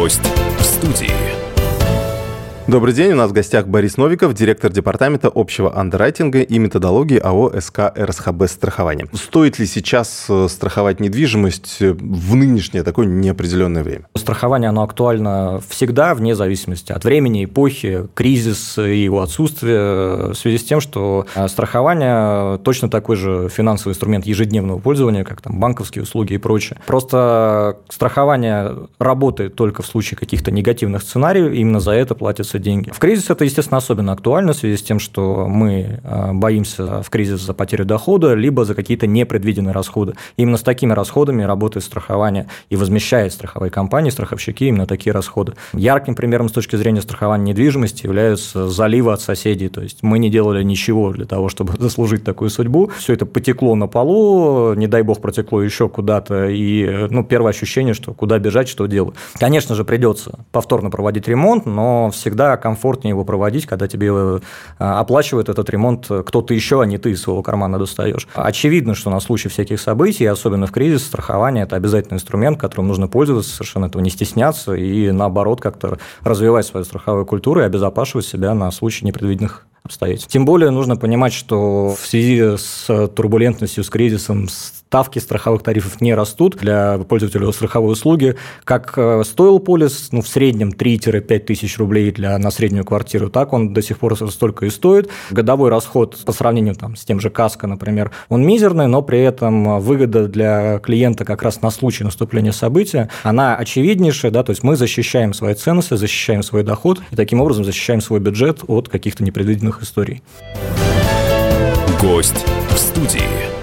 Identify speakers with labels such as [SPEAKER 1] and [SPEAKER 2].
[SPEAKER 1] Гость в студии.
[SPEAKER 2] Добрый день, у нас в гостях Борис Новиков, директор департамента общего андеррайтинга и методологии АО СК РСХБ страхование. Стоит ли сейчас страховать недвижимость в нынешнее такое неопределенное время?
[SPEAKER 3] Страхование, оно актуально всегда, вне зависимости от времени, эпохи, кризиса и его отсутствия, в связи с тем, что страхование точно такой же финансовый инструмент ежедневного пользования, как там банковские услуги и прочее. Просто страхование работает только в случае каких-то негативных сценариев, и именно за это платятся деньги. В кризис это, естественно, особенно актуально в связи с тем, что мы боимся в кризис за потерю дохода, либо за какие-то непредвиденные расходы. Именно с такими расходами работает страхование и возмещает страховые компании, страховщики именно такие расходы. Ярким примером с точки зрения страхования недвижимости являются заливы от соседей. То есть мы не делали ничего для того, чтобы заслужить такую судьбу. Все это потекло на полу, не дай бог протекло еще куда-то, и первое ощущение, что куда бежать, что делать. Конечно же, придется повторно проводить ремонт, но всегда комфортнее его проводить, когда тебе оплачивает этот ремонт кто-то еще, а не ты из своего кармана достаешь. Очевидно, что на случай всяких событий, особенно в кризис, страхование – это обязательный инструмент, которым нужно пользоваться, совершенно этого не стесняться и, наоборот, как-то развивать свою страховую культуру и обезопасивать себя на случай непредвиденных обстоятельств. Тем более нужно понимать, что в связи с турбулентностью, с кризисом, ставки страховых тарифов не растут для пользователя страховой услуги. Как стоил полис, в среднем 3-5 тысяч рублей на среднюю квартиру, так он до сих пор столько и стоит. Годовой расход по сравнению с тем же КАСКО, например, он мизерный, но при этом выгода для клиента как раз на случай наступления события, она очевиднейшая, то есть мы защищаем свои ценности, защищаем свой доход и таким образом защищаем свой бюджет от каких-то непредвиденных историй.
[SPEAKER 1] Гость в студии.